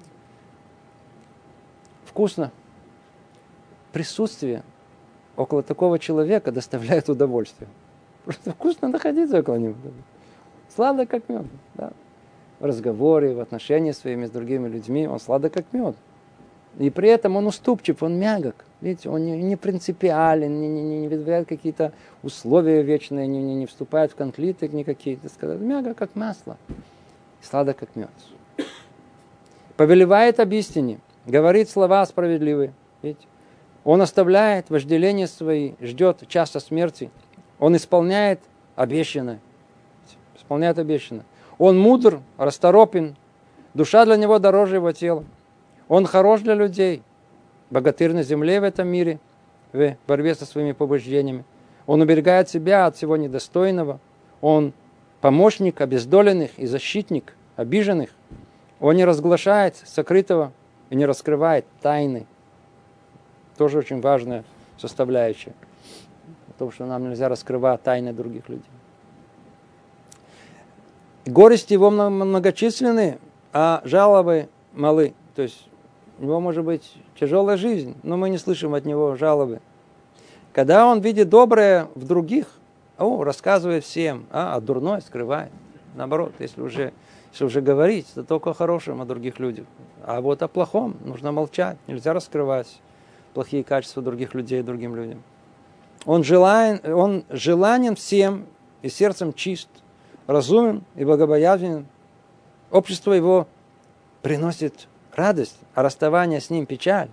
Вкусно. Присутствие около такого человека доставляет удовольствие. Просто вкусно находиться около него. Сладко, как мед. Да. В разговоре, в отношении своими с другими людьми он сладок, как мед. И при этом он уступчив, он мягок. Видите, он не принципиален, не выдвигает какие-то условия вечные, не вступает в конфликты никакие. Мягко, как масло. Сладок, как мед. Повелевает об истине, говорит слова справедливые. Видите? Он оставляет вожделения свои, ждет часа смерти. Он исполняет обещанное. Он мудр, расторопен. Душа для него дороже его тела. Он хорош для людей. Богатырь на земле в этом мире, в борьбе со своими побуждениями. Он уберегает себя от всего недостойного. Он помощник обездоленных и защитник обиженных. Он не разглашает сокрытого и не раскрывает тайны. Тоже очень важная составляющая. Потому что нам нельзя раскрывать тайны других людей. Горести его многочисленные, а жалобы малы. То есть у него может быть тяжелая жизнь, но мы не слышим от него жалобы. Когда он видит доброе в других, рассказывает всем, а дурное скрывает. Наоборот, если уже говорить, то только о хорошем о других людях. А вот о плохом нужно молчать, нельзя раскрывать плохие качества других людей другим людям. Он желанен всем и сердцем чист, разумен и богобоязнен. Общество его приносит радость, а расставание с ним печаль.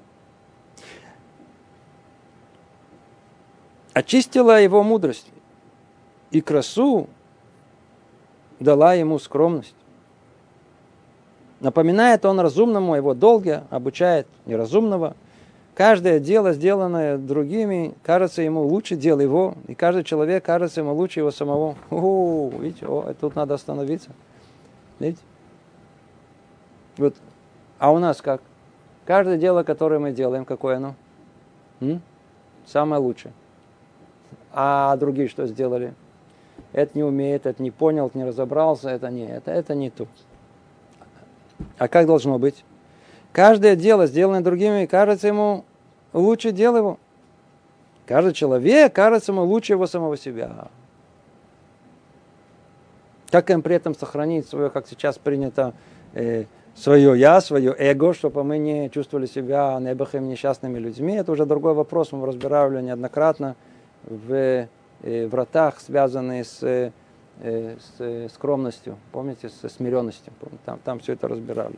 Очистила его мудрость, и красу дала ему скромность. Напоминает он разумному его долги, обучает неразумного. Каждое дело, сделанное другими, кажется ему лучше дел его, и каждый человек кажется ему лучше его самого. Видите, тут надо остановиться. Видите? Вот. А у нас как? Каждое дело, которое мы делаем, какое оно? Самое лучшее. А другие что сделали? Это не умеет, это не понял, это не разобрался, это не то. А как должно быть? Каждое дело, сделанное другими, кажется ему лучше дел его. Каждый человек кажется ему лучше его самого себя. Как им при этом сохранить свое, как сейчас принято, свое я, свое эго, чтобы мы не чувствовали себя небахим, несчастными людьми. Это уже другой вопрос, мы разбирали неоднократно в вратах, связанные с скромностью, помните, со смиренностью. Там все это разбирали.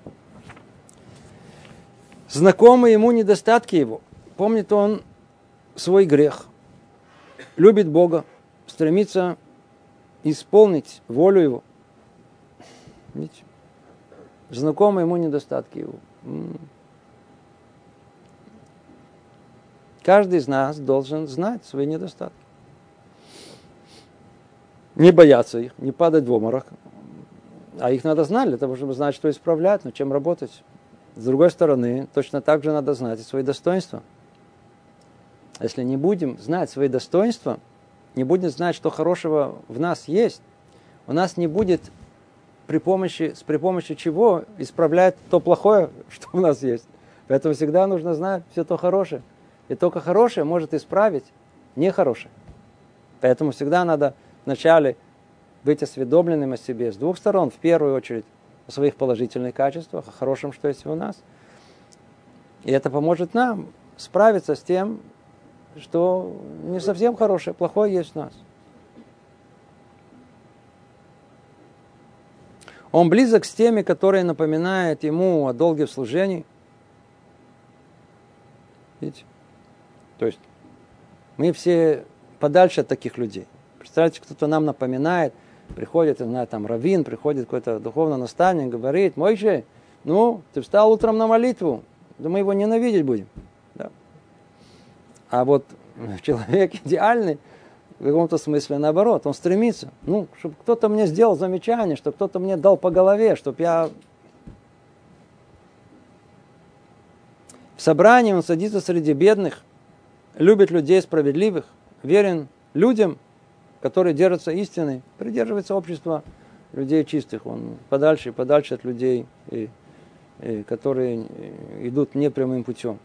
Знакомы ему недостатки его. Помнит он свой грех. Любит Бога. Стремится исполнить волю его. Видите? Знакомы ему недостатки его. Каждый из нас должен знать свои недостатки. Не бояться их, не падать в обморок. А их надо знать, для того, чтобы знать, что исправлять, над чем работать. С другой стороны, точно так же надо знать и свои достоинства. Если не будем знать свои достоинства, не будем знать, что хорошего в нас есть, у нас не будет при помощи чего исправлять то плохое, что у нас есть. Поэтому всегда нужно знать все то хорошее. И только хорошее может исправить нехорошее. Поэтому всегда надо вначале быть осведомленным о себе с двух сторон. В первую очередь о своих положительных качествах, о хорошем, что есть у нас. И это поможет нам справиться с тем, что не совсем хорошее, плохое есть у нас. Он близок с теми, которые напоминают ему о долге в служении. Видите? То есть мы все подальше от таких людей. Представляете, кто-то нам напоминает, приходит, там раввин, приходит какой-то духовный наставник, говорит: Мойше, ты встал утром на молитву, да мы его ненавидеть будем. Да. А вот человек идеальный, в каком-то смысле наоборот, он стремится, чтобы кто-то мне сделал замечание, чтобы кто-то мне дал по голове, чтобы я... В собрании он садится среди бедных, любит людей справедливых, верен людям, которые держатся истины, придерживается общества людей чистых. Он подальше и подальше от людей, которые идут непрямым путем.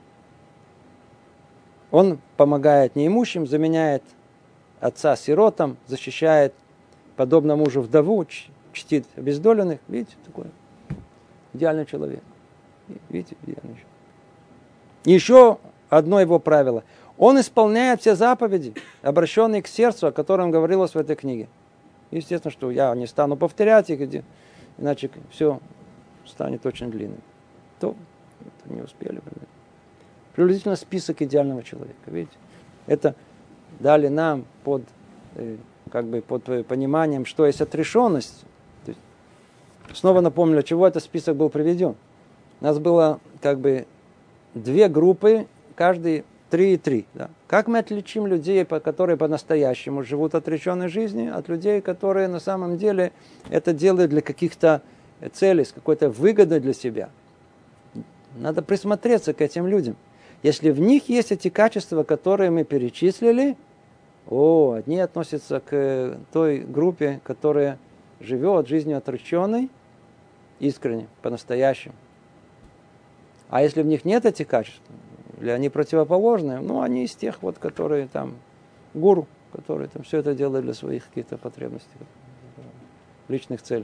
Он помогает неимущим, заменяет отца сиротам, защищает, подобно мужу, вдову, чтит обездоленных. Видите, такой идеальный человек. Видите, идеальный человек. Еще одно его правило. Он исполняет все заповеди, обращенные к сердцу, о котором говорилось в этой книге. Естественно, что я не стану повторять их, иначе все станет очень длинным. То не успели. Приблизительно список идеального человека. Видите? Это дали нам под пониманием, что есть отрешенность. То есть, снова напомню, для чего этот список был приведен. У нас было две группы, каждый 3 и 3. Да. Как мы отличим людей, которые по-настоящему живут отреченной жизнью, от людей, которые на самом деле это делают для каких-то целей, с какой-то выгодой для себя? Надо присмотреться к этим людям. Если в них есть эти качества, которые мы перечислили, одни относятся к той группе, которая живет жизнью отреченной, искренне, по-настоящему. А если в них нет этих качеств, или они противоположные, они из тех, которые там гуру, которые там все это делают для своих каких-то потребностей, личных целей.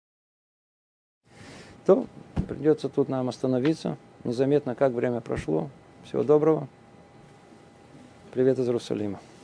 То придется тут нам остановиться. Незаметно, как время прошло. Всего доброго. Привет из Иерусалима.